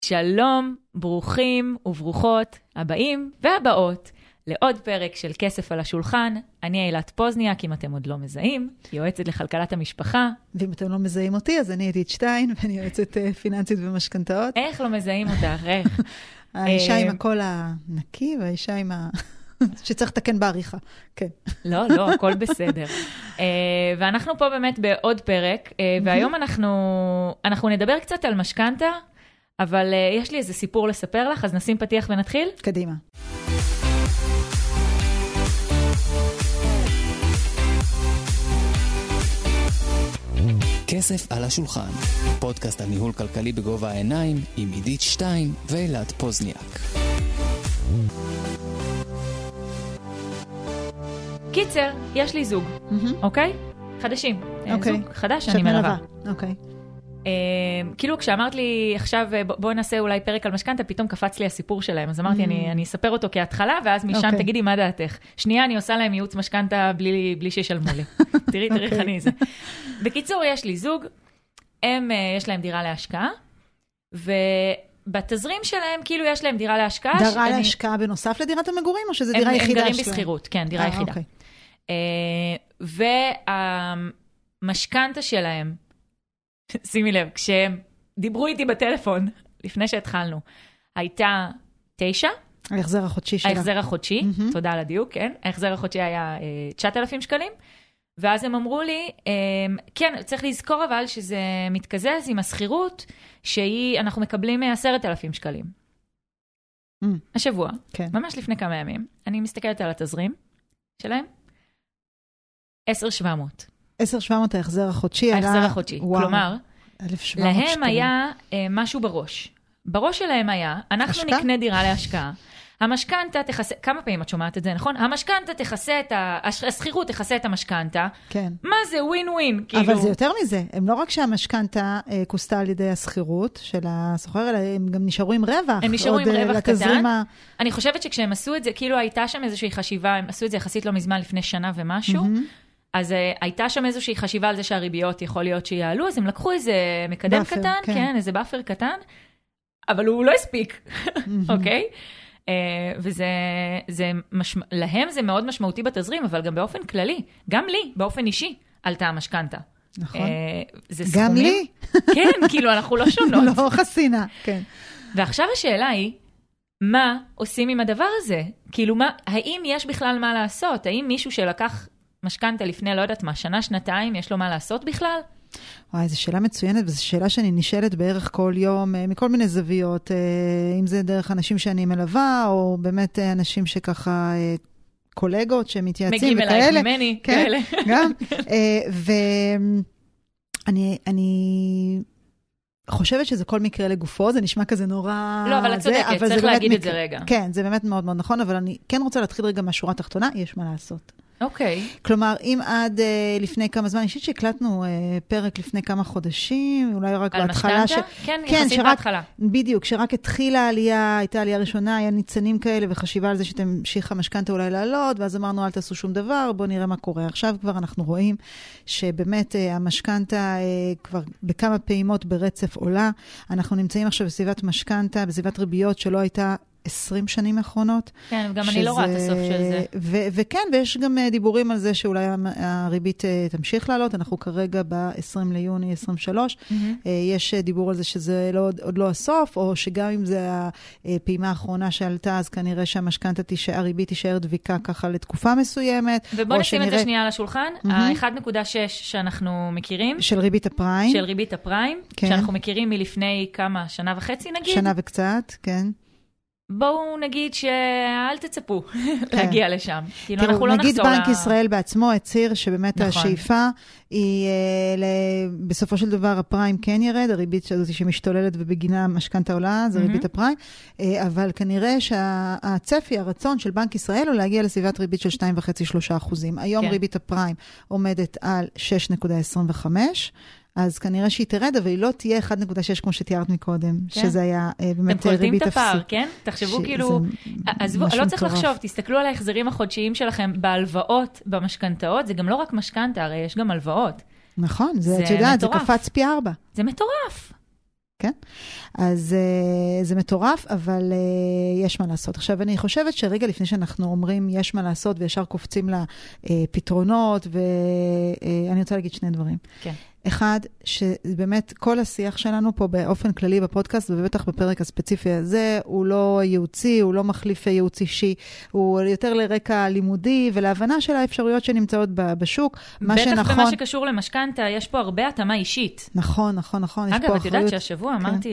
שלום, ברוכים וברוכות הבאים והבאות לעוד פרק של כסף על השולחן. אני אילת פוזניאק, אם אתם עוד לא מזהים, יועצת לכלכלת המשפחה. ואם אתם לא מזהים אותי, אז אני עידית שטיין, ואני יועצת פיננסית ומשכנתאות. איך לא מזהים אותך? איך? האישה עם הקול הנקי, והאישה עם שצריך לתקן בעריכה. כן. לא, הכל בסדר. ואנחנו פה באמת בעוד פרק, והיום אנחנו נדבר קצת על משכנתה, אבל יש לי איזה סיפור לספר לך, אז נשים פתיח ונתחיל? קדימה. כסף על השולחן, פודקאסט על ניהול כלכלי בגובה העיניים עם עידית שטיין ואילת פוזניאק. קיצר, יש לי זוג, אוקיי? חדשים. אוקיי. זוג חדש שאני מלווה. אוקיי. כאילו כשאמרת לי עכשיו בוא נעשה אולי פרק על משכנתה, פתאום קפץ לי הסיפור שלהם, אז אמרתי אני אספר אותו כהתחלה, ואז משם תגידי מה דעתך. שנייה אני עושה להם ייעוץ משכנתה בלי שישלמו לי. תראי איך אני זה. בקיצור, יש לי זוג, יש להם דירה להשקעה, ובתזרים שלהם כאילו יש להם דירה להשקעה. דירה להשקעה בנוסף לדירת המגורים, או שזה דירה יחידה? הם גרים בסחירות, כן, דירה יחידה. והמשכנתה שלהם, שימי לב, כשהם דיברו איתי בטלפון, לפני שהתחלנו, הייתה 9. ההחזר החודשי שלה. ההחזר החודשי, תודה על הדיוק, כן. ההחזר החודשי היה 9,000 שקלים, ואז הם אמרו לי, כן, צריך לזכור אבל שזה מתקזז עם הסחירות, אנחנו מקבלים 10,000 שקלים. השבוע, ממש לפני כמה ימים, אני מסתכלת על התזרים שלהם, 10,700. 10,700 ההחזר החודשי. ההחזר החודשי. כלומר, 1,700 להם שקלים. היה משהו בראש. בראש שלהם היה, אנחנו נקנה דירה להשקעה. המשכנתה תכסה, כמה פעמים את שומעת את זה, נכון? המשכנתה תכסה הסחירות תכסה את המשכנתה. כן. מה זה? ווין ווין. אבל זה יותר מזה. הם לא רק שהמשכנתה כוסתה על ידי הסחירות של הסוחר, אלא הם גם נשארו עם רווח. הם נשארו עם רווח קטן. אני חושבת שכשהם עשו את זה, כאילו הייתה שם איזושהי חשיבה, הם עשו את זה יחסית לא מזמן, לפני שנה ומשהו. אז הייתה שם איזושהי חשיבה על זה שהריביות יכול להיות שיעלו, אז הם לקחו איזה מקדם קטן, כן, איזה באפר קטן, אבל הוא לא הספיק, אוקיי? להם זה מאוד משמעותי בתזרים, אבל גם באופן כללי, גם לי, באופן אישי, עלתה המשכנתה. נכון. גם לי? כן, כאילו אנחנו לא שונות. לא חסינה, כן. ועכשיו השאלה היא, מה עושים עם הדבר הזה? כאילו, האם יש בכלל מה לעשות? האם מישהו שלקח משכנתה לפני, לא יודעת מה, שנה, שנתיים, יש לו מה לעשות בכלל? וואי, זו שאלה מצוינת, וזו שאלה שאני נשאלת בערך כל יום, מכל מיני זוויות, אם זה דרך אנשים שאני מלווה, או באמת אנשים שככה, קולגות שמתייעצים וכאלה. מגיעים אלייך ממני, כאלה. גם. ואני חושבת שזה כל מקרה לגופו, זה נשמע כזה נורא... לא, אבל את צודקת, צריך להגיד את זה רגע. כן, זה באמת מאוד מאוד נכון, אבל אני כן רוצה להתחיל רגע מהשורה התחתונה, יש מה לעשות. אוקיי. כלומר, אם עד לפני כמה זמן, אני חושבת שהקלטנו פרק לפני כמה חודשים, אולי רק בהתחלה. על משכנתה? כן, יחסית בהתחלה. בדיוק, שרק התחילה העלייה, הייתה עלייה ראשונה, היה ניצנים כאלה, וחשיבה על זה שתמשיך המשכנתה אולי לעלות, ואז אמרנו, אל תעשו שום דבר, בואו נראה מה קורה. עכשיו כבר אנחנו רואים שבאמת המשכנתה כבר בכמה פעימות ברצף עולה. אנחנו נמצאים עכשיו בסביבת משכנתה, בסביבת ריביות שלא הייתה 20 שנים האחרונות. כן, גם אני לא רואה את הסוף של זה. וכן, ויש גם דיבורים על זה שאולי הריבית תמשיך לעלות, אנחנו כרגע ב-20 ליוני 23, יש דיבור על זה שזה עוד לא הסוף, או שגם אם זה הפעימה האחרונה שעלתה, אז כנראה שהמשכנתה הריבית תישאר דביקה ככה לתקופה מסוימת. ובוא נשים את זה שנייה על השולחן, ה-1.6 שאנחנו מכירים. של ריבית הפריים. של ריבית הפריים, שאנחנו מכירים מלפני כמה, שנה וחצי נגיד? שנה וקצת, כן. בואו נגיד שאל תצפו להגיע לשם. כאילו אנחנו לא נחזור. נגיד בנק ישראל בעצמו הצהיר שבאמת השאיפה היא בסופו של דבר הפריים כן ירד, הריבית הזאת שמשתוללת ובגינה משכנתה עולה, זה ריבית הפריים, אבל כנראה שהצפי, הרצון של בנק ישראל הוא להגיע לסביבת ריבית של 2.5-3%. היום ריבית הפריים עומדת על 6.25%, אז כנראה שהיא תרד, אבל היא לא תהיה 1.6 כמו שתיארת מקודם, שזה היה באמת ריבית אפסית. אתם קולטים את הפער, כן? תחשבו כאילו, עזבו, לא צריך לחשוב, תסתכלו על ההחזרים החודשיים שלכם בהלוואות, במשכנתאות, זה גם לא רק משכנתה, הרי יש גם הלוואות. נכון, את יודעת, זה קפץ פי 4. זה מטורף. כן? אז זה מטורף, אבל יש מה לעשות. עכשיו, אני חושבת שרגע לפני שאנחנו אומרים יש מה לעשות, וישר קופצים לפתרונות, ואני רוצה להגיד שני דברים. כן. אחד, שבאמת כל השיח שלנו פה באופן כללי בפודקאסט, ובטח בפרק הספציפי הזה, הוא לא ייעוצי, הוא לא מחליף ייעוץ אישי, הוא יותר לרקע לימודי, ולהבנה של האפשרויות שנמצאות בשוק. בטח במה שקשור למשכנתה, יש פה הרבה התאמה אישית. נכון, נכון, נכון. אגב, את יודעת שהשבוע אמרתי,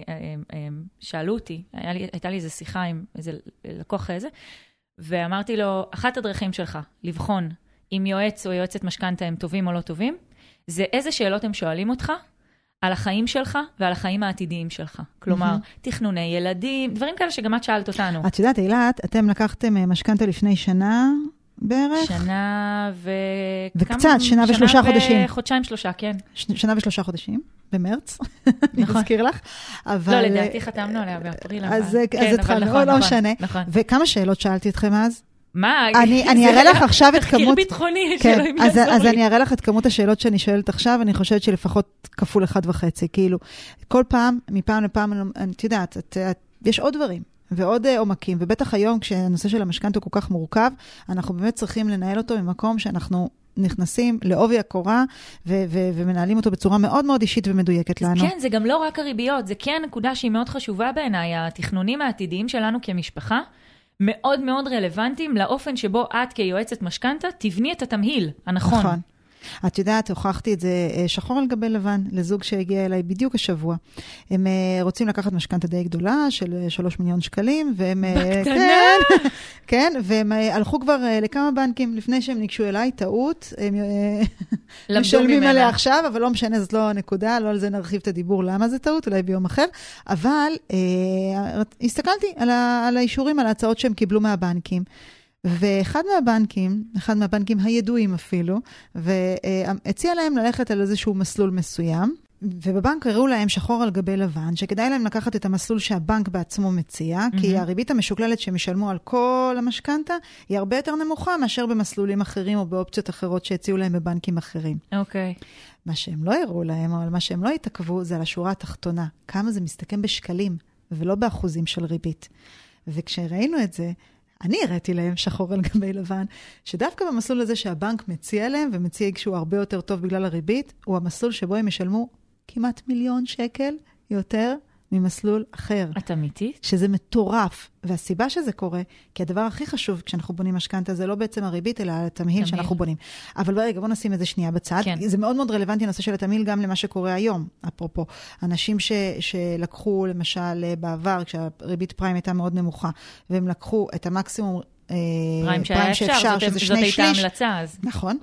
שאלו אותי, הייתה לי איזו שיחה עם איזה לקוח איזה, ואמרתי לו, אחת הדרכים שלך, לבחון אם יועץ או יועצת משכנתה הם טובים או לא טובים, זה איזה שאלות הם שואלים אותך על החיים שלך ועל החיים העתידיים שלך. כלומר, תכנוני ילדים, דברים כאלה שגם את שאלת אותנו. את יודעת, אילת, אתם לקחתם משכנתה לפני שנה בערך? שנה וקצת, שנה ושלושה חודשים. חודשיים שלושה, כן. שנה ושלושה חודשים, במרץ, אני מזכיר לך. לא, לדעתי חתמנו עליה באפריל. אז התחלנו, לא משנה. וכמה שאלות שאלתי אתכם אז? מה? אני אראה לך עכשיו את כמות... תחקיר ביטחוני. כן, אז אני אראה לך את כמות השאלות שאני שואלת עכשיו, אני חושבת שלפחות כפול 1.5. כאילו, כל פעם, מפעם לפעם, את יודעת, יש עוד דברים, ועוד עומקים, ובטח היום, כשהנושא של המשכנתה הוא כל כך מורכב, אנחנו באמת צריכים לנהל אותו במקום שאנחנו נכנסים לעובי הקורה, ומנהלים אותו בצורה מאוד מאוד אישית ומדויקת לנו. כן, זה גם לא רק הריביות, זה כן נקודה שהיא מאוד חשובה בעיניי, התכנונים העתידיים שלנו כמשפחה, מאוד מאוד רלוונטיים לאופן שבו את כיועצת משכנתה תבני את התמהיל הנכון. נכון. את יודעת, הוכחתי את זה שחור על גבי לבן, לזוג שהגיע אליי בדיוק השבוע. הם רוצים לקחת משכנתה די גדולה של 3 מיליון שקלים, והם... בקטנה! כן, והם הלכו כבר לכמה בנקים, לפני שהם ניגשו אליי, טעות, הם משלמים עליה עכשיו, אבל לא משנה, זאת לא הנקודה, לא על זה נרחיב את הדיבור, למה זה טעות, אולי ביום אחר, אבל הסתכלתי על האישורים, על ההצעות שהם קיבלו מהבנקים, ואחד מהבנקים הידועים אפילו, והציע להם ללכת על איזשהו מסלול מסוים, ובבנק הראו להם שחור על גבי לבן, שכדאי להם לקחת את המסלול שהבנק בעצמו מציע, כי הריבית המשוקללת שהם ישלמו על כל המשכנתה, היא הרבה יותר נמוכה מאשר במסלולים אחרים, או באופציות אחרות שהציעו להם בבנקים אחרים. אוקיי. מה שהם לא הראו להם, או מה שהם לא התעכבו, זה על השורה התחתונה. כמה זה מסתכם בשקלים, ולא באחוזים של ריבית. וכשראינו את זה, אני הראיתי להם שחור על גבי לבן, שדווקא במסלול הזה שהבנק מציע להם, ומציע שהוא הרבה יותר טוב בגלל הריבית, הוא המסלול שבו הם ישלמו כמעט 1,000,000 שקל יותר ממסלול אחר. את אמיתית? שזה מטורף. והסיבה שזה קורה, כי הדבר הכי חשוב כשאנחנו בונים משכנתה, זה לא בעצם הריבית, אלא התמהיל שאנחנו בונים. אבל ברגע, בוא נשים את זה שנייה בצד. כן. זה מאוד מאוד רלוונטי הנושא של התמהיל גם למה שקורה היום. אפרופו, אנשים שלקחו למשל בעבר, כשהריבית פריים הייתה מאוד נמוכה, והם לקחו את המקסימום פריים שאפשר, זאת הייתה המלצה אז. נכון.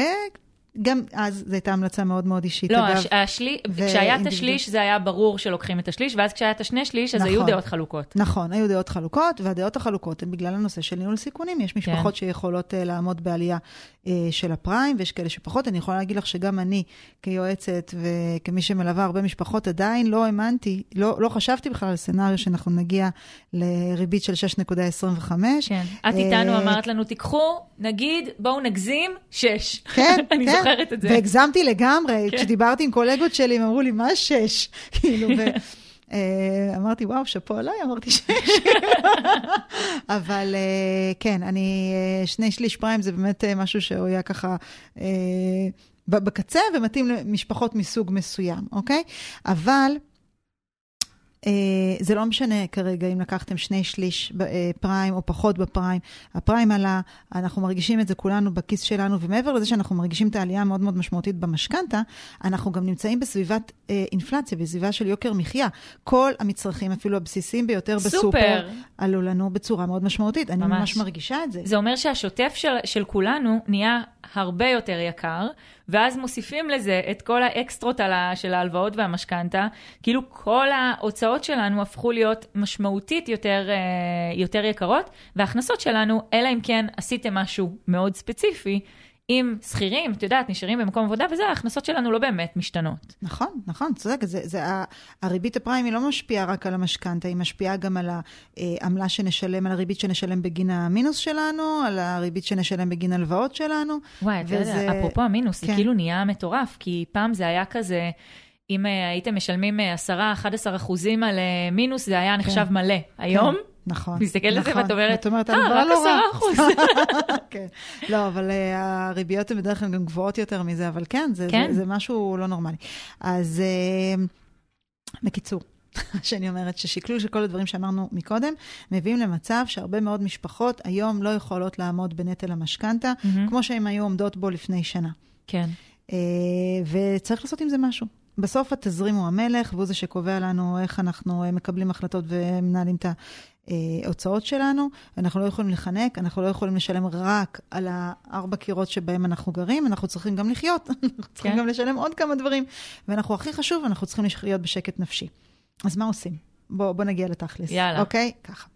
גם אז זו הייתה המלצה מאוד מאוד אישית. לא, כשהיה את השליש זה היה ברור שלוקחים את השליש, ואז כשהיה את השני שליש אז היו דעות חלוקות. נכון, היו דעות חלוקות, והדעות החלוקות הן בגלל הנושא של ניהול סיכונים. יש משפחות שיכולות לעמוד בעלייה של הפריים, ויש כאלה שפחות. אני יכולה להגיד לך שגם אני כיועצת וכמי שמלווה הרבה משפחות עדיין לא האמנתי, לא חשבתי בכלל על סצנריו שאנחנו נגיע לריבית של 6.25. כן, את איתנו אמרת לנו, תיקחו, נגיד, בואו נגזים 6. כן, אני זוכרת את זה. והגזמתי לגמרי, כשדיברתי עם קולגות שלי, הם אמרו לי, מה 6? כאילו, אמרתי, וואו, שפו עליי, אמרתי 6. אבל כן, שני שליש פריים זה באמת משהו שהוא היה ככה בקצה, ומתאים למשפחות מסוג מסוים, אוקיי? אבל זה לא משנה כרגע אם לקחתם 2/3 פריים או פחות בפריים. הפריים עלה, אנחנו מרגישים את זה כולנו בכיס שלנו, ומעבר לזה שאנחנו מרגישים את העלייה מאוד מאוד משמעותית במשכנתה, אנחנו גם נמצאים בסביבת אינפלציה, בסביבה של יוקר מחיה. כל המצרכים, אפילו הבסיסיים ביותר בסופר, עלו לנו בצורה מאוד משמעותית. אני ממש מרגישה את זה. זה אומר שהשוטף של כולנו נהיה הרבה יותר יקר, ואז מוסיפים לזה את כל האקסטרות של ההלוואות והמשכנתה, כאילו כל ההוצאות שלנו הפכו להיות משמעותית יותר יקרות, וההכנסות שלנו, אלא אם כן עשיתם משהו מאוד ספציפי, אם שכירים, את יודעת, נשארים במקום עבודה, וזה, ההכנסות שלנו לא באמת משתנות. נכון, נכון, צודק. הריבית הפריים היא לא משפיעה רק על המשכנתה, היא משפיעה גם על העמלה שנשלם, על הריבית שנשלם בגין המינוס שלנו, על הריבית שנשלם בגין הלוואות שלנו. וואי, אתה יודע, אפרופו המינוס, זה כאילו נהיה מטורף, כי פעם זה היה כזה, אם הייתם משלמים 10-11% על מינוס, זה היה נחשב מלא. היום? נכון. מסתכל לזה ואת אומרת, רק 10%. כן. לא, אבל הריביות הן בדרך כלל גם גבוהות יותר מזה, אבל כן, זה משהו לא נורמלי. אז בקיצור, שאני אומרת ששקלול של כל הדברים שאמרנו מקודם, מביאים למצב שהרבה מאוד משפחות היום לא יכולות לעמוד בנטל המשכנתה, כמו שהן היו עומדות בו לפני שנה. כן. וצריך לעשות עם זה משהו. בסוף התזרים הוא המלך, והוא זה שקובע לנו איך אנחנו מקבלים החלטות ומנהלים את ההוצאות שלנו. אנחנו לא יכולים לחנק, אנחנו לא יכולים לשלם רק על 4 קירות שבהם אנחנו גרים, אנחנו צריכים גם לחיות, אנחנו צריכים גם לשלם עוד כמה דברים, ואנחנו הכי חשוב, אנחנו צריכים לחיות בשקט נפשי. אז מה עושים? בוא נגיע לתכלס. יאללה. אוקיי? ככה.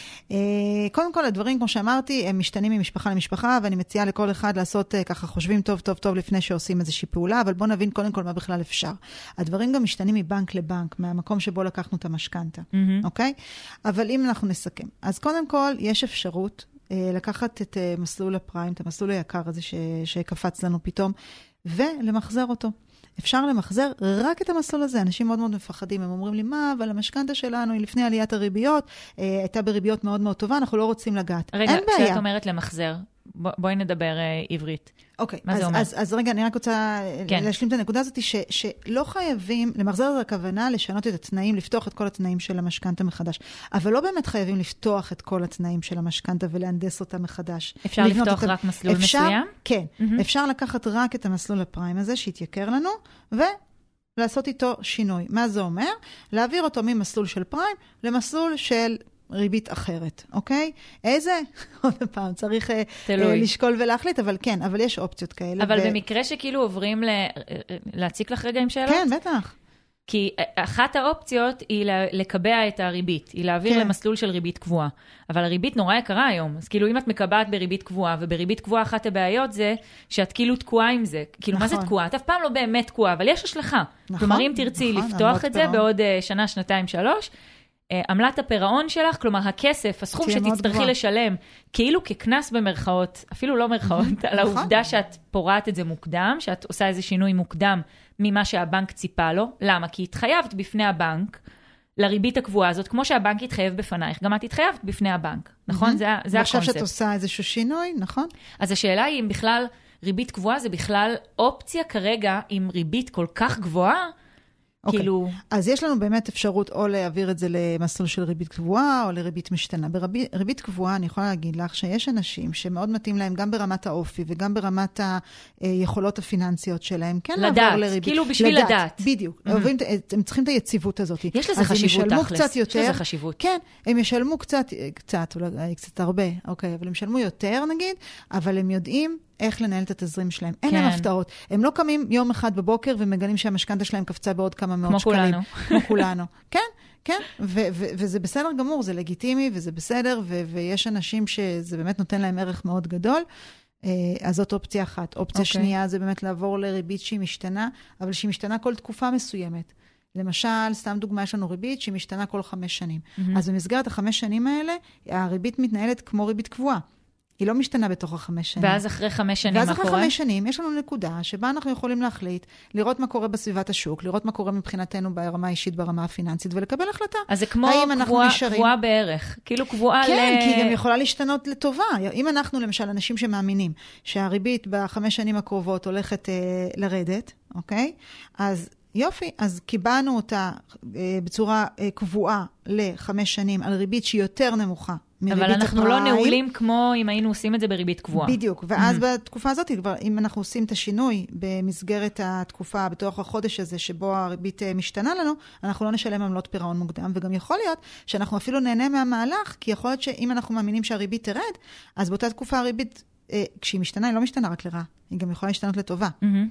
קודם כל, הדברים, כמו שאמרתי, הם משתנים ממשפחה למשפחה, ואני מציעה לכל אחד לעשות ככה, חושבים טוב, טוב, טוב, לפני שעושים איזושהי פעולה, אבל בוא נבין קודם כל מה בכלל אפשר. הדברים גם משתנים מבנק לבנק, מהמקום שבו לקחנו את המשכנתה. אוקיי? אבל אם אנחנו נסכם. אז קודם כל, יש אפשרות לקחת את מסלול הפריים, את המסלול היקר הזה שקפץ לנו פתאום, ולמחזר אותו. אפשר למחזר רק את המסלול הזה. אנשים מאוד מאוד מפחדים. הם אומרים לי, מה, אבל המשכנתה שלנו היא לפני עליית הריביות, הייתה בריביות מאוד מאוד טובה, אנחנו לא רוצים לגעת. רגע, כשאת אומרת למחזר, בואי נדבר עברית. אוקיי, אז רגע, אני רק רוצה להשלים את הנקודה הזאת, שלא חייבים, למחזר את הכוונה, לשנות את התנאים, לפתוח את כל התנאים של המשכנתה מחדש. אבל לא באמת חייבים לפתוח את כל התנאים של המשכנתה ולהנדס אותה מחדש. אפשר לפתוח רק מסלול מסוים? כן, אפשר לקחת רק את המסלול הפריים הזה, שיתייקר לנו, ולעשות איתו שינוי. מה זה אומר? להעביר אותו ממסלול של פריים למסלול של ריבית אחרת, אוקיי? איזה? עוד פעם, צריך לשקול ולהחליט, אבל כן, אבל יש אופציות כאלה. אבל במקרה שכאילו עוברים להציק לך רגע עם שאלות? כן, בטח. כי אחת האופציות היא לקבע את הריבית, היא להעביר למסלול של ריבית קבועה. אבל הריבית נורא יקרה היום. אז כאילו אם את מקבעת בריבית קבועה, ובריבית קבועה אחת הבעיות זה שאת כאילו תקועה עם זה. כאילו מה זה תקועה? את אף פעם לא באמת תקועה, אבל יש השלכה. כלומר, אם תרצי לפתוח את זה בעוד שנה, שנתיים, 3, עמלת הפירעון שלך, כלומר הכסף, הסכום שתצטרכי לשלם, כאילו ככנס במרכאות, אפילו לא מרכאות, על העובדה שאת פורעת את זה מוקדם, שאת עושה איזה שינוי מוקדם ממה שהבנק ציפה לו. למה? כי התחייבת בפני הבנק לריבית הקבועה הזאת, כמו שהבנק התחייב בפנייך, גם את התחייבת בפני הבנק, נכון? זה הקונספט. ועכשיו שאת עושה איזשהו שינוי, נכון? אז השאלה היא אם בכלל ריבית קבועה זה בכלל אופציה כרגע עם ריבית כל כך גבוהה, כאילו... אז יש לנו באמת אפשרות או להעביר את זה למסלול של ריבית קבועה או לריבית משתנה. בריבית קבועה אני יכולה להגיד לך שיש אנשים שמאוד מתאים להם גם ברמת האופי וגם ברמת היכולות הפיננסיות שלהם. כן לעבור לריבית. כאילו בשביל לדעת. בדיוק. הם צריכים את היציבות הזאת. יש לזה חשיבות תכלס. יש לזה חשיבות. כן, הם ישלמו קצת, אולי קצת הרבה, אוקיי, אבל הם ישלמו יותר נגיד, אבל הם יודעים איך לנהל את התזרים שלהם. אין להם הפתעות. הם לא קמים יום אחד בבוקר ומגלים שהמשכנתה שלהם קפצה בעוד כמה מאות שקלים. כמו כולנו. כן, כן. וזה בסדר גמור, זה לגיטימי וזה בסדר, ויש אנשים שזה באמת נותן להם ערך מאוד גדול. אז זאת אופציה אחת. אופציה שנייה זה באמת לעבור לריבית שהיא משתנה, אבל שהיא משתנה כל תקופה מסוימת. למשל, סתם דוגמה, יש לנו ריבית שהיא משתנה כל 5 שנים. אז במסגרת 5 שנים האלה, הריבית מתנהלת כמו ריבית קבועה. היא לא משתנה בתוך 5 שנים. ואז אחרי 5 שנים מה קורה? ואז אחרי 5 שנים יש לנו נקודה שבה אנחנו יכולים להחליט, לראות מה קורה בסביבת השוק, לראות מה קורה מבחינתנו ברמה האישית, ברמה הפיננסית, ולקבל החלטה. אז זה כמו קבועה בערך. כאילו קבועה כן, כי היא גם יכולה להשתנות לטובה. אם אנחנו, למשל, אנשים שמאמינים שהריבית ב5 שנים הקרובות הולכת לרדת, אוקיי? אז יופי, אז קיבלנו אותה בצורה קבועה ל5 שנים על ריבית שהיא יותר נמוכה. אבל אנחנו לא נעולים כמו אם היינו עושים את זה בריבית קבועה. בדיוק, ואז בתקופה הזאת, אם אנחנו עושים את השינוי במסגרת התקופה, בתוך החודש הזה שבו הריבית משתנה לנו, אנחנו לא נשלם עמלות פירעון מוקדם, וגם יכול להיות שאנחנו אפילו נהנה מהמהלך, כי יכול להיות שאם אנחנו מאמינים שהריבית תרד, אז באותה תקופה הריבית, כשהיא משתנה, היא לא משתנה רק לרע. היא גם יכולה להשתנות לטובה,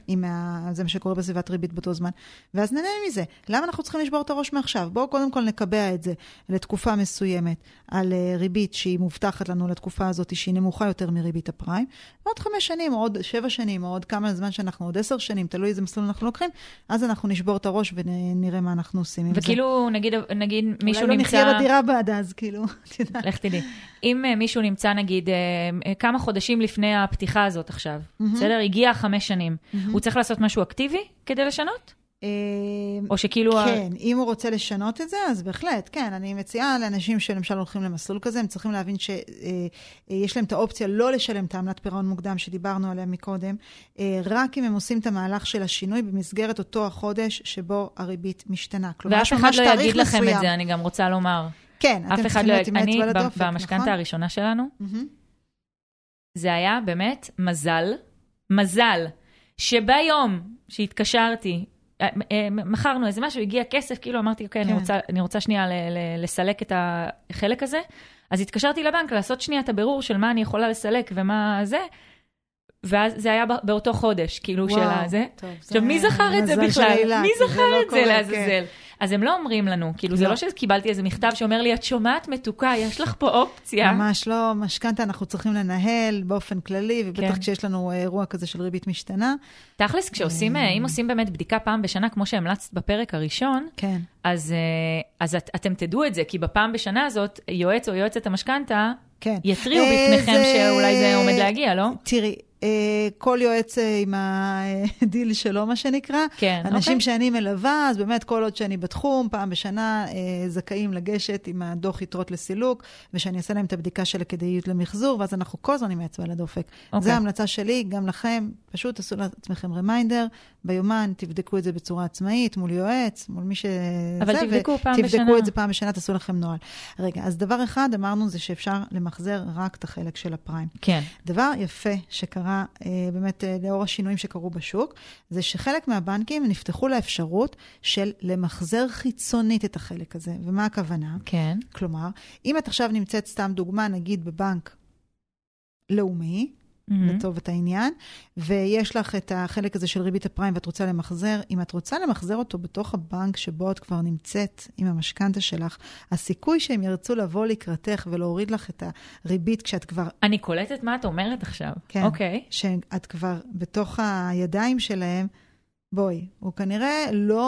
זה מה שקורה בסביבת ריבית באותו זמן. ואז נהנה מזה. למה אנחנו צריכים לשבור את הראש מעכשיו? בואו קודם כל נקבע את זה לתקופה מסוימת, על ריבית שהיא מובטחת לנו לתקופה הזאת, שהיא נמוכה יותר מריבית הפריים. עוד 5 שנים, או עוד 7 שנים, או עוד כמה זמן שאנחנו, עוד 10 שנים, תלוי איזה מסלול אנחנו לוקחים, אז אנחנו נשבור את הראש ונראה מה אנחנו עושים עם זה. וכאילו, נגיד מישהו אולי לא נמצא... נחיה בדירה בעד אז, כאילו. לך תדעי. אם מישהו נמצא, נגיד, כמה חודשים לפני הפתיחה הזאת עכשיו, בסדר? הגיע 5 שנים. הוא צריך לעשות משהו אקטיבי כדי לשנות? או שכאילו... כן, אם הוא רוצה לשנות את זה, אז בהחלט, כן. אני מציעה לאנשים שלמשל הולכים למסלול כזה, הם צריכים להבין שיש להם את האופציה לא לשלם את העמלת פירעון מוקדם שדיברנו עליה מקודם, רק אם הם עושים את המהלך של השינוי במסגרת אותו החודש שבו הריבית משתנה. ואף אחד לא יגיד לכם את זה, אני גם רוצה לומר. כן, אתם צריכים להיות עם אצבע לדופק, נכון? במשכנתה הראשונה שלנו, זה היה באמת מזל, שביום שהתקשרתי, מכרנו איזה משהו, הגיע כסף, כאילו אמרתי, אוקיי, אני רוצה שנייה לסלק את החלק הזה, אז התקשרתי לבנק לעשות שנייה את הבירור של מה אני יכולה לסלק ומה זה, ואז זה היה באותו חודש, כאילו של הזה. עכשיו, מי זכר את זה בכלל? מי זכר את זה לעזאזל? אז הם לא אומרים לנו, כאילו זה לא שקיבלתי איזה מכתב שאומר לי, את שומעת מתוקה, יש לך פה אופציה. ממש לא, משכנתה אנחנו צריכים לנהל באופן כללי, ובטח כשיש לנו אירוע כזה של ריבית משתנה. תכלס, אם עושים באמת בדיקה פעם בשנה, כמו שהמלצת בפרק הראשון, אז אתם תדעו את זה, כי בפעם בשנה הזאת, יועץ או יועצת המשכנתה, יתריעו בפניכם שאולי זה עומד להגיע, לא? תראי, כל יועץ עם הדיל שלו, מה שנקרא. כן, אנשים שאני מלווה, אז באמת כל עוד שאני בתחום, פעם בשנה זכאים לגשת עם הדוח יתרות לסילוק, ושאני אעשה להם את הבדיקה של הכדאיות למחזור, ואז אנחנו כל זמן עם האצבע לדופק. זו ההמלצה שלי, גם לכם, פשוט תעשו לעצמכם רמיינדר, ביומן, תבדקו את זה בצורה עצמאית, מול יועץ, מול מי אבל תבדקו פעם בשנה. תבדקו את זה פעם בשנה, תעשו לכם נוהל. רגע, אז דבר אחד, אמרנו זה שאפשר למחזר רק את החלק של הפריים. כן. דבר יפה שקרה, באמת לאור השינויים שקרו בשוק, זה שחלק מהבנקים נפתחו לאפשרות של למחזר חיצונית את החלק הזה. ומה הכוונה? כן. כלומר, אם את עכשיו נמצאת סתם דוגמה, נגיד בבנק לאומי, לטובת העניין, ויש לך את החלק הזה של ריבית הפריים ואת רוצה למחזר, אם את רוצה למחזר אותו בתוך הבנק שבו את כבר נמצאת עם המשכנתה שלך, הסיכוי שהם ירצו לבוא לקראתך ולהוריד לך את הריבית כשאת כבר... אני קולטת מה את אומרת עכשיו. כן, אוקיי. שאת כבר בתוך הידיים שלהם, בואי, הוא כנראה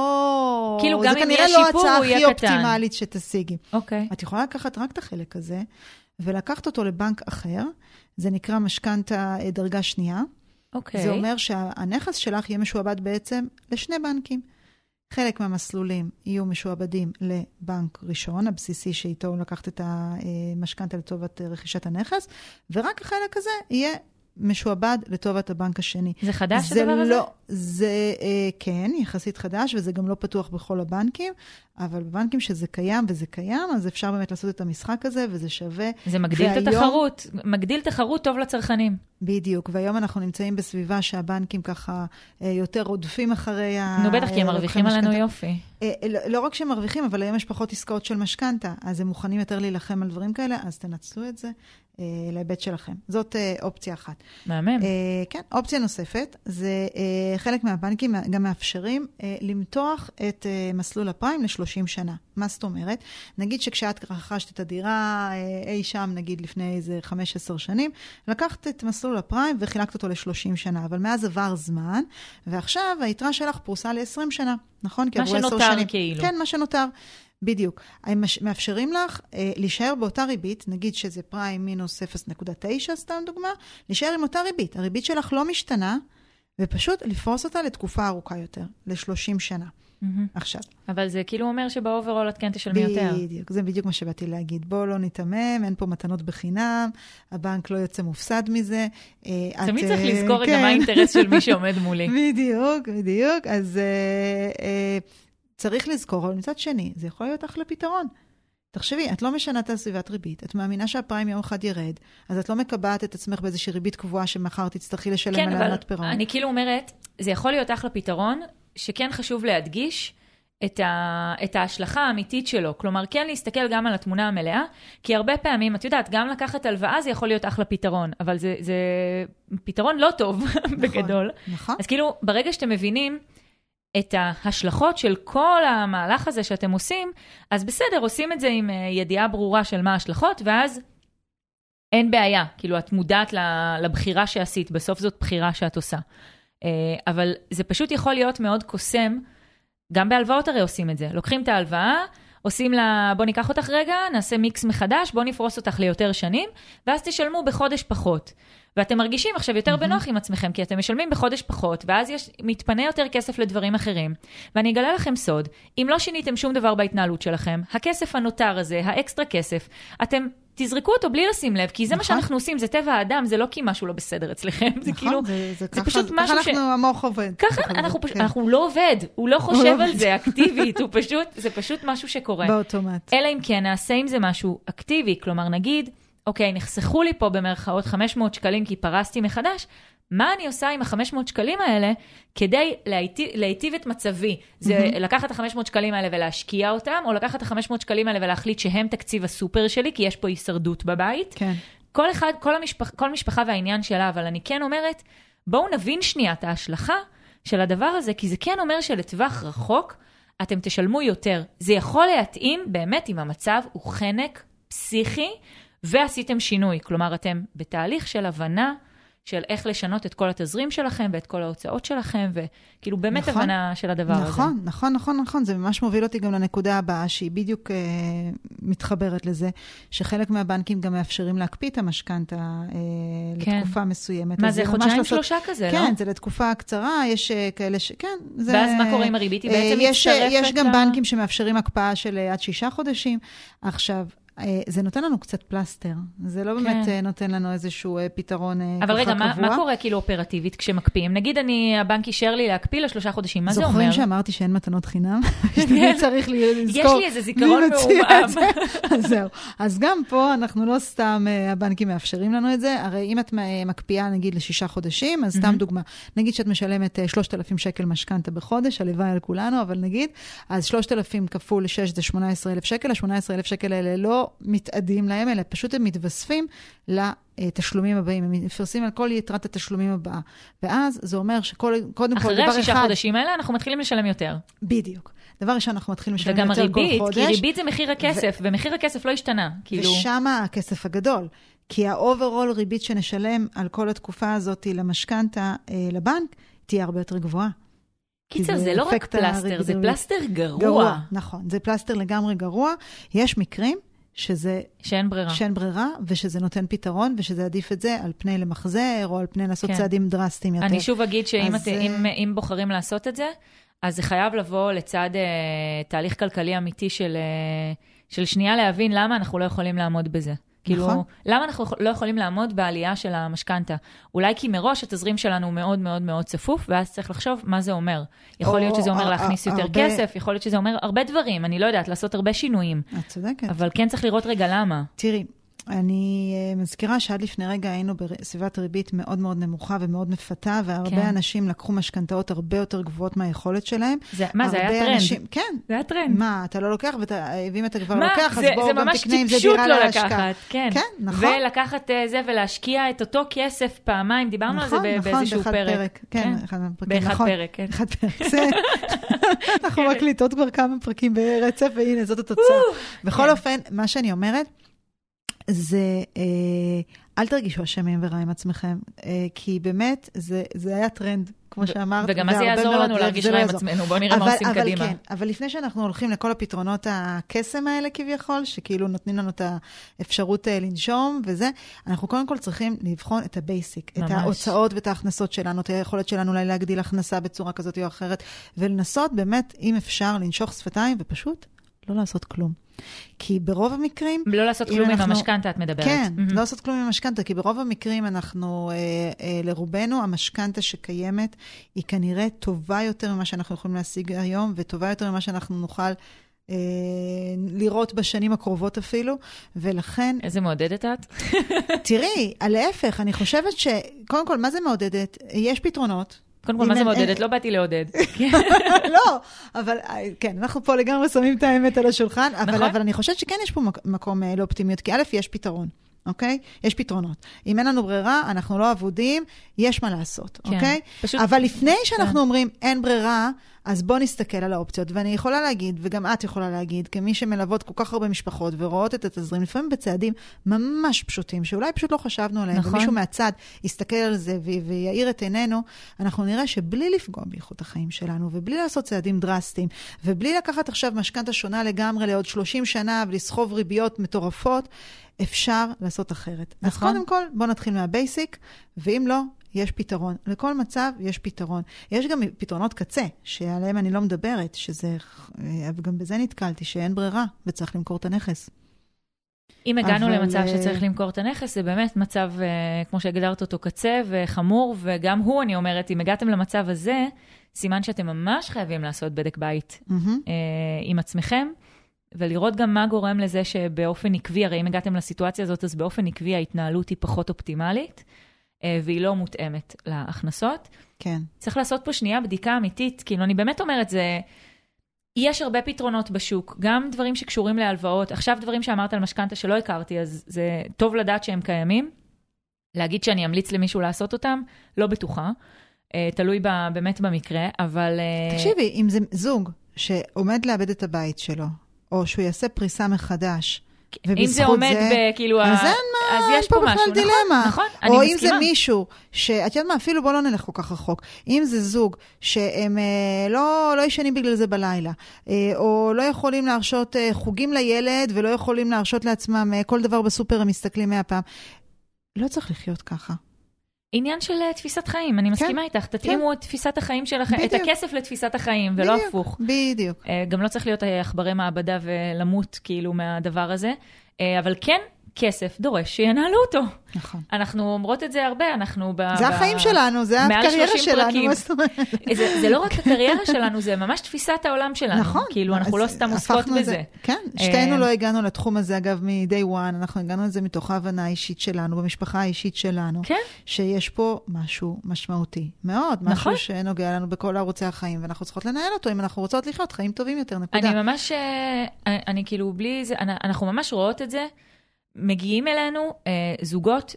לא... כאילו גם אם יהיה שיפור, הוא יהיה קטן. זה כנראה לא הצעה הכי אופטימלית שתשיגי. אוקיי. את יכולה לקחת רק את החלק הזה, ולקחת אותו לבנק אחר, זה נקרא משכנתה דרגה שנייה. אוקיי. זה אומר שהנכס שלך יהיה משועבד בעצם לשני בנקים. חלק מהמסלולים יהיו משועבדים לבנק ראשון, הבסיסי שאיתו לקחת את המשכנתה לטובת רכישת הנכס, ורק החלק הזה יהיה משועבד לטובת הבנק השני. זה חדש הדבר הזה? לא, זה כן, יחסית חדש, וזה גם לא פתוח בכל הבנקים, אבל בבנקים שזה קיים וזה קיים, אז אפשר באמת לעשות את המשחק הזה, וזה שווה. זה מגדיל את התחרות, מגדיל תחרות טוב לצרכנים. בדיוק, והיום אנחנו נמצאים בסביבה שהבנקים ככה יותר רודפים אחרי נו בטח, כי הם מרוויחים עלינו יופי. לא רק שהם מרוויחים, אבל היום יש פחות עסקאות של משכנתה, אז הם מוכנים יותר להילחם על דברים כאלה, אז תנצלו את זה להיבט שלכם. זאת אופציה אחת. מהמם. כן, אופציה נוספת, זה חלק מהבנקים גם מאפשרים למתוח את מסלול הפריים ל-30 שנה. מה זאת אומרת? נגיד שכשאת רכשת את הדירה אי שם, נגיד לפני איזה 15 שנים, לקחת את מסלול הפריים וחילקת אותו ל-30 שנה, אבל מאז עבר זמן, ועכשיו היתרה שלך פרוסה ל-20 שנה, נכון? מה שנותר כאילו. כן, מה שנותר. בדיוק. הם מאפשרים לך להישאר באותה ריבית, נגיד שזה פריים מינוס 0.9, סתם דוגמה, להישאר עם אותה ריבית. הריבית שלך לא משתנה, ופשוט לפרוס אותה לתקופה ארוכה יותר, ל-30 שנה. עכשיו. אבל זה כאילו אומר שבאוברול את כן תשלמי יותר. בדיוק, זה בדיוק מה שבאתי להגיד. בוא לא נתמם, אין פה מתנות בחינם, הבנק לא יוצא מופסד מזה. תמיד צריך לזכור רגע מה האינטרס של מי שעומד מולי. בדיוק, בדיוק. אז צריך לזכור, אבל מצד שני, זה יכול להיות אחלה פתרון. תחשבי, את לא משנה את הסביבת ריבית, את מאמינה שהפריים יום אחד ירד, אז את לא מקבעת את עצמך באיזושהי ריבית קבועה שמחר תצטרכי לשלם על העמלת פירעון. כן, אבל אני כאילו אומרת, זה יכול להיות אחלה פתרון, שכן חשוב להדגיש את ההשלכה האמיתית שלו. כלומר, כן להסתכל גם על התמונה המלאה, כי הרבה פעמים, את יודעת, גם לקחת הלוואה זה יכול להיות אחלה פתרון, אבל זה פתרון לא טוב בגדול. נכון. אז כאילו, ברגע שאתם מבינים את ההשלכות של כל המהלך הזה שאתם עושים, אז בסדר, עושים את זה עם ידיעה ברורה של מה ההשלכות, ואז אין בעיה. כאילו, את מודעת לבחירה שעשית, בסוף זאת בחירה שאת עושה. אבל זה פשוט יכול להיות מאוד קוסם, גם בהלוואות הרי עושים את זה. לוקחים את ההלוואה, עושים לה, בוא ניקח אותך רגע, נעשה מיקס מחדש, בוא נפרוס אותך ליותר שנים, ואז תשלמו בחודש פחות. ואתם מרגישים עכשיו יותר בנוח עם עצמכם, כי אתם משלמים בחודש פחות, ואז מתפנה יותר כסף לדברים אחרים. ואני אגלה לכם סוד, אם לא שיניתם שום דבר בהתנהלות שלכם, הכסף הנותר הזה, האקסטרה כסף, אתם תזרקו אותו בלי לשים לב, כי זה מה שאנחנו עושים, זה טבע האדם, זה לא כי משהו לא בסדר אצלכם, זה כאילו, זה פשוט משהו ש... ככה המוח עובד. ככה אנחנו לא עובד, הוא לא חושב על זה אקטיבית, זה פשוט משהו שקורה. באוטומט. אלא אם כן נעשה עם זה משהו אקטיבי, כלומר נגיד, אוקיי, נחסכו לי פה במרכאות 500 שקלים כי פרסתי מחדש, מה אני עושה עם ה-500 שקלים האלה כדי להיטיב את מצבי? זה לקחת את ה-500 שקלים האלה ולהשקיע אותם, או לקחת את ה-500 שקלים האלה ולהחליט שהם תקציב הסופר שלי, כי יש פה הישרדות בבית. כן. כל משפחה והעניין שלה, אבל אני כן אומרת, בואו נבין שנייה את ההשלכה של הדבר הזה, כי זה כן אומר שלטווח רחוק אתם תשלמו יותר. זה יכול להתאים באמת אם המצב הוא חנק פסיכי, ועשיתם שינוי. כלומר, אתם בתהליך של הבנה של איך לשנות את כל התזרים שלכם ואת כל ההוצאות שלכם, וכאילו באמת נכון, הבנה של הדבר הזה. נכון. זה ממש מוביל אותי גם לנקודה הבאה, שהיא בדיוק מתחברת לזה, שחלק מהבנקים גם מאפשרים להקפיא את המשכנתה לתקופה מסוימת. מה זה, חודשיים שלושה כזה, לא? כן, זה לתקופה קצרה, יש כאלה כן. ואז מה קורה עם הריבית? היא בעצם מצטרפת יש גם בנקים שמאפשרים הקפאה של עד 6 חודשים. עכשיו, זה נותן לנו קצת פלסטר. זה לא באמת נותן לנו איזשהו פתרון קבוע. אבל רגע, מה קורה כאילו אופרטיבית כשמקפיאים? נגיד הבנק אישר לי להקפיא ל3 חודשים, מה זה אומר? זוכרים שאמרתי שאין מתנות חינם? צריך לזכור. יש לי איזה זיכרון מעומעם. זהו. אז גם פה אנחנו לא סתם, הבנקים מאפשרים לנו את זה. הרי אם את מקפיאה נגיד ל6 חודשים, אז סתם דוגמה. נגיד שאת משלמת 3,000 שקל משכנתה בחודש, הלוואי על כולנו, אבל נגיד, אז 3,000 כפול 6 זה 18,000 שקל, ה-18,000 שקל האלה לא מתעדים להם, אלא פשוט הם מתווספים לתשלומים הבאים, הם מפרסים על כל יתרת התשלומים הבאה. ואז זה אומר שקודם כל דבר אחד... אחרי 6 חודשים האלה אנחנו מתחילים לשלם יותר. בדיוק. דבר ראשון אנחנו מתחילים לשלם יותר הריבית, כל חודש. כי ריבית זה מחיר הכסף, ומחיר הכסף לא השתנה. ושמה הכסף הגדול. כי האוברול ריבית שנשלם על כל התקופה הזאת למשכנתה לבנק, תהיה הרבה יותר גבוהה. קיצר, זה לא רק פלסטר, זה פלסטר גרוע. נכון, זה פלסטר לגמרי גרוע. יש מקרים שאין ברירה, ושזה נותן פתרון, ושזה עדיף את זה על פני למחזר, או על פני לעשות צעדים דרסטיים יותר. אני שוב אגיד שאם בוחרים לעשות את זה, אז זה חייב לבוא לצד תהליך כלכלי אמיתי של שנייה להבין למה אנחנו לא יכולים לעמוד בזה. כאילו, למה אנחנו לא יכולים לעמוד בעלייה של המשכנתה? אולי כי מראש התזרים שלנו מאוד מאוד מאוד צפוף, ואז צריך לחשוב מה זה אומר. יכול להיות שזה אומר להכניס יותר כסף, יכול להיות שזה אומר הרבה דברים, אני לא יודעת, לעשות הרבה שינויים. את צודקת. אבל כן צריך לראות רגע למה. תראי, אני מזכירה שעד לפני רגע היינו בסביבת ריבית מאוד מאוד נמוכה ומאוד מפתה, והרבה אנשים לקחו משכנתאות הרבה יותר גבוהות מהיכולת שלהם. מה, זה היה טרנד? כן. זה היה טרנד. מה, אתה לא לוקח, ואם אתה כבר לוקח, אז בואו גם תקנה עם זה דירה להשקעה. זה ממש טיפשות לא לקחת, כן. כן, נכון. ולקחת זה ולהשקיע את אותו כסף פעמיים, דיברנו על זה באיזשהו פרק. כן, באחד פרק, כן. אחד פרק, אנחנו מקליטות כבר כמה פרקים ברצף, והנה, זאת התוצאה. בכל אופן, מה שאני אומרת, זה, אל תרגישו אשמים ורע עם עצמכם, כי באמת זה היה טרנד, כמו שאמרת. וגם אז יעזור לנו להרגיש רע עם עצמנו, בואו נראה מה עושים קדימה. כן, אבל לפני שאנחנו הולכים לכל הפתרונות הקסם האלה כביכול, שכאילו נותנים לנו את האפשרות לנשום וזה, אנחנו קודם כל צריכים לבחון את הבייסיק, את ההוצאות ואת ההכנסות שלנו, את היכולת שלנו אולי להגדיל הכנסה בצורה כזאת או אחרת, ולנסות באמת, אם אפשר, לנשוך שפתיים ופשוט לא לעשות כלום. כי ברוב המקרים... לא לעשות כלום עם המשכנתה, את מדברת. כן, לא לעשות כלום עם המשכנתה, כי ברוב המקרים אנחנו, לרובנו, המשכנתה שקיימת, היא כנראה טובה יותר ממה שאנחנו יכולים להשיג היום, וטובה יותר ממה שאנחנו נוכל לראות בשנים הקרובות אפילו, ולכן... איזה מעודדת את? תראי, להפך, אני חושבת קודם כל, מה זה מעודדת? יש פתרונות, קודם כל, מה זה מעודדת? לא באתי לעודד. לא, אבל כן, אנחנו פה לגמרי שמים את האמת על השולחן, אבל אני חושבת שכן יש פה מקום לאופטימיות, כי א', יש פתרון, אוקיי? יש פתרונות. אם אין לנו ברירה, אנחנו לא עבודים, יש מה לעשות, אוקיי? אבל לפני שאנחנו אומרים, אין ברירה, אז בוא נסתכל על האופציות, ואני יכולה להגיד, וגם את יכולה להגיד, כמי שמלוות כל כך הרבה משפחות, ורואות את התזרים, לפעמים בצעדים ממש פשוטים, שאולי פשוט לא חשבנו עליהם, ומישהו מהצד יסתכל על זה, ויעיר את עינינו, אנחנו נראה שבלי לפגוע באיכות החיים שלנו, ובלי לעשות צעדים דרסטיים, ובלי לקחת עכשיו משכנתה שונה לגמרי לעוד 30 שנה, ולסחוב ריביות מטורפות, אפשר לעשות אחרת. אז נכון. קודם כל, בוא נתחיל מהבייסיק, ואם לא, יש פתרון. לכל מצב יש פתרון. יש גם פתרונות קצה, שעליהם אני לא מדברת, שזה, גם בזה נתקלתי, שאין ברירה, וצריך למכור את הנכס. אם הגענו למצב שצריך למכור את הנכס, זה באמת מצב, כמו שהגדרת אותו, קצה וחמור, וגם הוא, אני אומרת, אם הגעתם למצב הזה, סימן שאתם ממש חייבים לעשות בדק בית עם עצמכם, ולראות גם מה גורם לזה שבאופן עקבי, הרי אם הגעתם לסיטואציה הזאת, אז באופן עקבי ההתנהלות היא פחות אופטימלית, והיא לא מותאמת להכנסות. כן. צריך לעשות פה שנייה בדיקה אמיתית, כאילו אני באמת אומרת, יש הרבה פתרונות בשוק, גם דברים שקשורים להלוואות, עכשיו דברים שאמרת על משכנתה שלא הכרתי, אז זה טוב לדעת שהם קיימים, להגיד שאני אמליץ למישהו לעשות אותם, לא בטוחה, תלוי באמת במקרה, אבל... תקשיבי, אם זה זוג שעומד לאבד את הבית שלו, או שהוא יעשה פריסה מחדש, אם זה עומד בכאילו... אז יש פה בכלל דילמה. נכון, או אם זה מישהו, שאת יודעת מה, אפילו בוא לא נלך כל כך רחוק. אם זה זוג שהם לא ישנים בגלל זה בלילה, או לא יכולים להרשות חוגים לילד, ולא יכולים להרשות לעצמם כל דבר בסופר, הם מסתכלים מהפעם. לא צריך לחיות ככה. עניין של תפיסת חיים, אני מסכימה איתך, תתאימו את תפיסת החיים שלכם, את הכסף לתפיסת החיים, ולא הפוך. בדיוק. גם לא צריך להיות אחברי מעבדה ולמות כאילו מהדבר הזה, אבל כן, כסף דורש שינהלו אותו. נכון. אנחנו אומרות את זה הרבה, אנחנו זה החיים שלנו, זה הקריירה שלנו. זה לא רק הקריירה שלנו, זה ממש תפיסת העולם שלנו. נכון. כאילו, אנחנו לא סתם עוסקות בזה. כן, שתינו לא הגענו לתחום הזה, אגב, מ-day one, אנחנו הגענו לזה מתוך ההבנה האישית שלנו, במשפחה האישית שלנו, שיש פה משהו משמעותי מאוד, משהו שנוגע לנו בכל ערוצי החיים, ואנחנו צריכות לנהל אותו, אם אנחנו רוצות לחיות חיים טובים יותר, נקודה. אני ממש, אני כאילו בלי זה, אנחנו ממש רואות את זה, מגיעים אלינו זוגות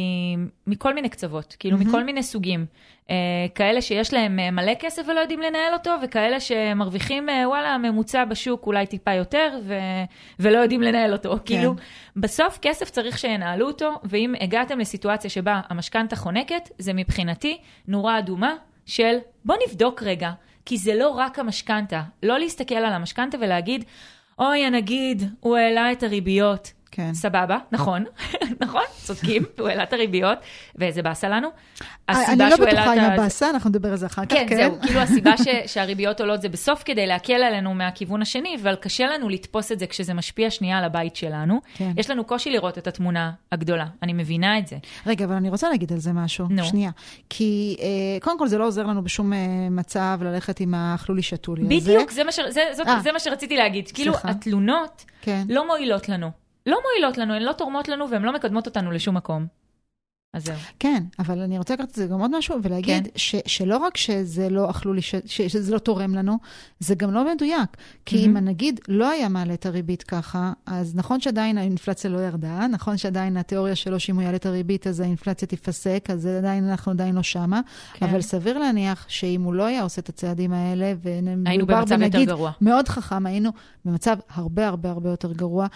מכל מיני קצוות, כאילו מכל מיני סוגים. כאלה שיש להם מלא כסף ולא יודעים לנהל אותו, וכאלה שמרוויחים, וואלה, ממוצע בשוק אולי טיפה יותר, ולא יודעים לנהל אותו. כן. כאילו, בסוף כסף צריך שינהלו אותו, ואם הגעתם לסיטואציה שבה המשכנתה חונקת, זה מבחינתי נורה אדומה של בוא נבדוק רגע, כי זה לא רק המשכנתה. לא להסתכל על המשכנתה ולהגיד, אוי, הנגיד, הוא העלה את הריביות. כן. סבבה, נכון, נכון, צודקים, הוא העלה את הריביות, ואיזה בעשה לנו. אני לא בטוחה עם הבעשה, אנחנו נדבר על זה אחר כך. כן, זהו, כאילו הסיבה שהריביות עולות זה בסוף כדי להקל עלינו מהכיוון השני, אבל קשה לנו לתפוס את זה כשזה משפיע שנייה על הבית שלנו. יש לנו קושי לראות את התמונה הגדולה, אני מבינה את זה. רגע, אבל אני רוצה להגיד על זה משהו, שנייה. כי קודם כל זה לא עוזר לנו בשום מצב ללכת עם האכלו לי שתו לי. בדיוק, זה מה שרציתי להגיד. כאילו, התלונות לא מועילות לנו. לא מועילות לנו, הן לא תורמות לנו, והן לא מקדמות אותנו לשום מקום. אז זהו. כן, אבל אני רוצה לקחת את זה גם עוד משהו, ולהגיד שלא רק שזה לא אכלו לי, שזה לא תורם לנו, זה גם לא מדויק. כי אם הנגיד לא היה מעלה את הריבית ככה, אז נכון שעדיין האינפלציה לא ירדה, נכון שעדיין התיאוריה שלו שאם הוא יעלה את הריבית, אז האינפלציה תפסק, אז אנחנו עדיין לא שמה, אבל סביר להניח שאם הוא לא היה עושה את הצעדים האלה, היינו במצב יותר גרוע. מאוד חכם, היינו במצב הרבה הרבה הרבה יותר גרוע,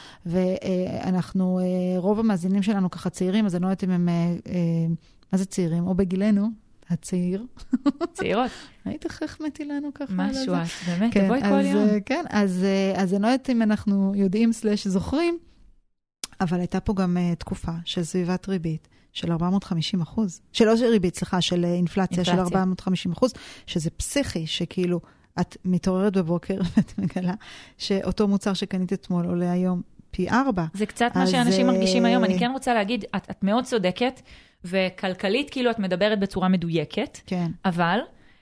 ואנחנו, רוב המאזינים שלנו ככה צעירים, אז אני לא יודעת אם הם מה זה צעירים? או בגילנו, הצעיר. צעירות. היית החמאתי לנו ככה. משהו, באמת, תבואי כל יום. כן, אז אני לא יודעת אם אנחנו יודעים /זוכרים, אבל הייתה פה גם תקופה של סביבת ריבית של 450%. שלא ריבית, סליחה, של אינפלציה של 450%, שזה פסיכי, שכאילו את מתעוררת בבוקר ואת מגלה שאותו מוצר שקנית אתמול עולה היום פי 4. זה קצת מה שאנשים מרגישים היום. אני כן רוצה להגיד, את מאוד צודקת, וכלכלית כאילו את מדברת בצורה מדויקת, כן. אבל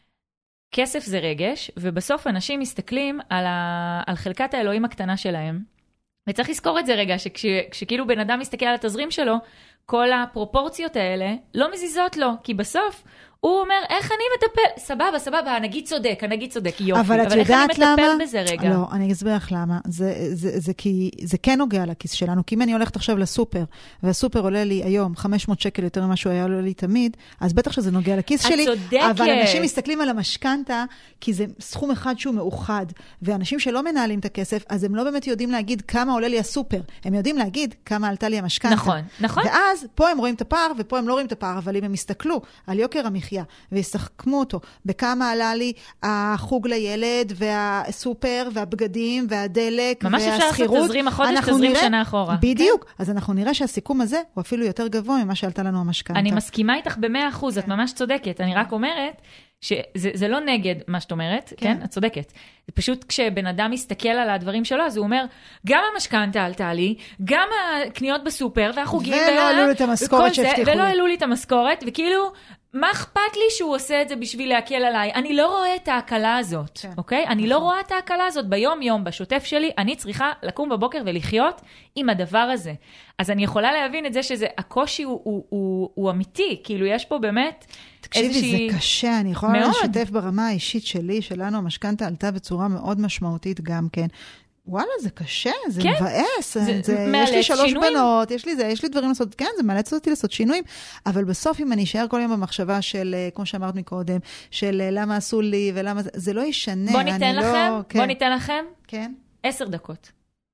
כסף זה רגש, ובסוף אנשים מסתכלים על חלקת האלוהים הקטנה שלהם, וצריך לזכור את זה רגע, שכשכאילו בן אדם מסתכל על התזרים שלו, כל הפרופורציות האלה לא מזיזות לו, כי בסוף הוא אומר, איך אני מטפל? סבבה, הנגיד צודק, יופי. אבל את יודעת למה? איך אני מטפל בזה רגע? לא, אני אסביר לך למה. זה כי זה כן נוגע לכיס שלנו. כי אם אני הולכת עכשיו לסופר, והסופר עולה לי היום 500 שקל יותר ממה שהוא היה עולה לי תמיד, אז בטח שזה נוגע לכיס שלי. את צודקת. אבל אנשים מסתכלים על המשכנתה, כי זה סכום אחד שהוא מאוחד. ואנשים שלא מנהלים את הכסף, אז הם לא באמת יודעים להגיד כמה עולה לי הסופר. הם יודעים להגיד כמה עלתה לי המשכנתה. נכון. ואז ואז פה הם רואים את הפער, ופה הם לא רואים את הפער, אבל אם הם יסתכלו על יוקר המחיה, ויסכמו אותו, בכמה עלה לי החוג לילד, והסופר, והבגדים, והדלק, ממש אפשר לעשות תזרים החודש, תזרים שנה אחורה. בדיוק. אז אנחנו נראה שהסיכום הזה הוא אפילו יותר גבוה ממה שעלתה לנו המשכנתא. אני מסכימה איתך ב100%, את ממש צודקת. אני רק אומרת שזה לא נגד מה שאת אומרת, כן? את צודקת. זה פשוט כשבן אדם מסתכל על הדברים שלו, אז הוא אומר, גם המשכנתא עלתה לי, גם הקניות בסופר, והחוגים, ולא העלו לי את המשכורת שהבטיחו לי. ולא העלו לי את המשכורת, וכאילו, מה אכפת לי שהוא עושה את זה בשביל להקל עליי? אני לא רואה את ההקלה הזאת, אוקיי? אני לא רואה את ההקלה הזאת ביום-יום, בשוטף שלי, אני צריכה לקום בבוקר ולחיות עם הדבר הזה. אז אני יכולה להבין את זה שזה, הקושי הוא אמיתי, כאילו יש פה באמת תקשיבי, זה קשה, אני יכולה לשתף ברמה האישית שלי, שלנו המשכנתא עלתה בצורה מאוד משמעותית גם כן. וואלה, זה קשה, זה מבאס, יש לי 3 בנות, יש לי דברים לעשות, כן, זה מאלץ אותי לעשות שינויים, אבל בסוף אם אני אשאר כל יום במחשבה של, כמו שאמרת מקודם, של למה עשו לי ולמה, זה לא ישנה. בוא ניתן לכם, כן. 10 דקות.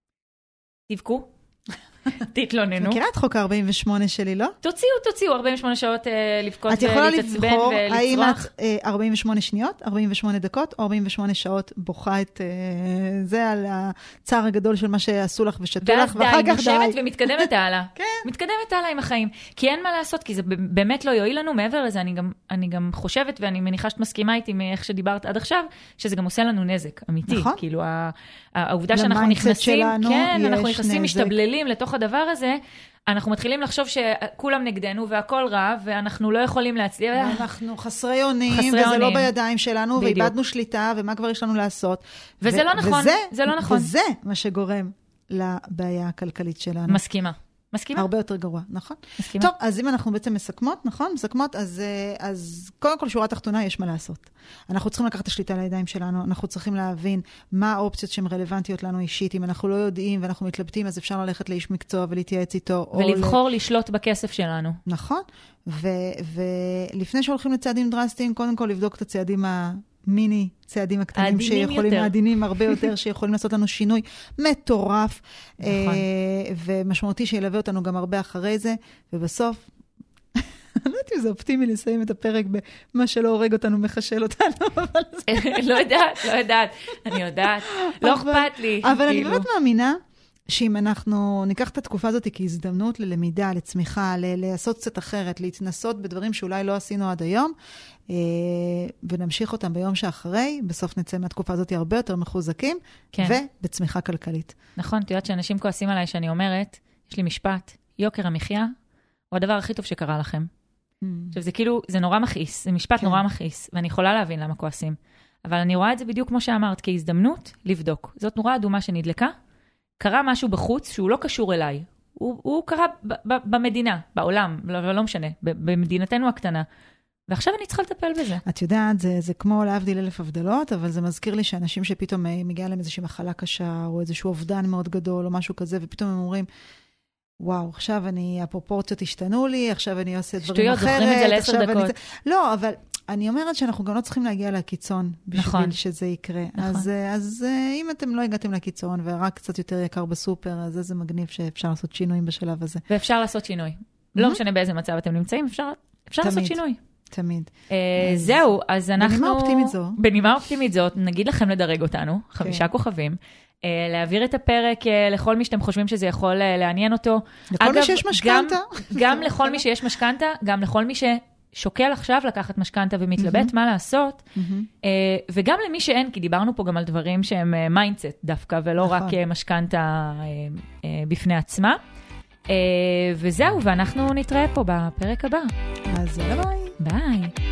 תבכו. תתלוננו. מכירה את חוק 48 שלי, לא? תוציאו 48 שעות לבכות ולהתעצבן ולצרוח. את יכולה לבחור האם את 48 שניות, 48 דקות, או 48 שעות בוכה את זה על הצער הגדול של מה שעשו לך ושתו לך, ואחר כך די. נושמת ומתקדמת הלאה. כן. מתקדמת הלאה עם החיים. כי אין מה לעשות, כי זה באמת לא יועיל לנו. מעבר לזה, אני גם חושבת, ואני מניחה שאת מסכימה איתי מאיך שדיברת עד עכשיו, שזה גם עושה לנו נזק אמיתי. נכון. כאילו, העובדה שאנחנו נכנסים, כן, אנחנו נכנסים משתבללים לתוך הדבר הזה, אנחנו מתחילים לחשוב שכולם נגדנו והכל רע, ואנחנו לא יכולים להצליח. אנחנו חסרי אונים, וזה לא בידיים שלנו, ואיבדנו שליטה, ומה כבר יש לנו לעשות. וזה לא נכון, זה לא נכון. וזה מה שגורם לבעיה הכלכלית שלנו. מסכימה. הרבה יותר גרוע, נכון? מסכימה. טוב, אז אם אנחנו בעצם מסכמות, נכון? מסכמות, אז קודם כל שורה תחתונה יש מה לעשות. אנחנו צריכים לקחת את השליטה לידיים שלנו, אנחנו צריכים להבין מה האופציות שהן רלוונטיות לנו אישית. אם אנחנו לא יודעים ואנחנו מתלבטים, אז אפשר ללכת לאיש מקצוע ולהתייעץ איתו. ולבחור לשלוט בכסף שלנו. נכון. ולפני שהולכים לצעדים דרסטיים, קודם כל לבדוק את הצעדים מיני צעדים הקטנים שיכולים, העדינים הרבה יותר, שיכולים לעשות לנו שינוי מטורף, ומשמעותי שילווה אותנו גם הרבה אחרי זה, ובסוף, אני לא יודעת אם זה אופטימי לסיים את הפרק במה שלא הורג אותנו, מחשל אותנו, אבל לא יודעת, אני יודעת, לא אכפת לי. אבל אני באמת מאמינה, שאם אנחנו ניקח את התקופה הזאת כהזדמנות ללמידה, לצמיחה, לעשות קצת אחרת, להתנסות בדברים שאולי לא עשינו עד היום, ונמשיך אותם ביום שאחרי, בסוף נצא מהתקופה הזאת הרבה יותר מחוזקים, ובצמיחה כלכלית. נכון, את יודעת שאנשים כועסים עליי שאני אומרת, יש לי משפט, יוקר המחיה הוא הדבר הכי טוב שקרה לכם. עכשיו זה כאילו, זה נורא מכעיס, זה משפט נורא מכעיס, ואני יכולה להבין למה כועסים. אבל אני רואה את זה בדיוק כמו שאמרת, כהזדמנות לבדוק. זאת נורא אדומה שנדלקה, קרה משהו בחוץ שהוא לא קשור אליי. הוא קרה במדינה, בעולם, לא משנה, במדינתנו הקטנה. ועכשיו אני צריכה לטפל בזה. את יודעת, זה כמו להבדיל 1000 הבדלות, אבל זה מזכיר לי שאנשים שפתאום מגיעה להם איזושהי מחלה קשה, או איזשהו אובדן מאוד גדול, או משהו כזה, ופתאום הם אומרים, וואו, עכשיו הפרופורציות השתנו לי, עכשיו אני עושה דברים אחרת. שטויות, זוכרים את זה ל10 דקות. לא, אבל אני אומרת שאנחנו גם לא צריכים להגיע לקיצון, בשביל שזה יקרה. אז אם אתם לא הגעתם לקיצון, ורק קצת יותר יקר בסופר, אז זה מגניב שאפשר לעשות שינויים בשלב הזה. ואפשר לעשות שינוי. לא משנה באיזה מצב אתם נמצאים, אפשר לעשות שינוי. תמיד. זהו, אז אנחנו... בנימה אופטימית זאת, נגיד לכם לדרג אותנו, 5 כוכבים, להעביר את הפרק לכל מי שאתם חושבים שזה יכול לעניין אותו. לכל מי שיש משכנתא. גם לכל מי שיש משכנתא, גם לכל מי ששוקל עכשיו לקחת משכנתא ומתלבט מה לעשות, וגם למי שאין, כי דיברנו פה גם על דברים שהם מיינדסט דווקא, ולא רק משכנתא בפני עצמה. וזהו, ואנחנו נתראה פה בפרק הבא. אז יאללה ביי. ביי.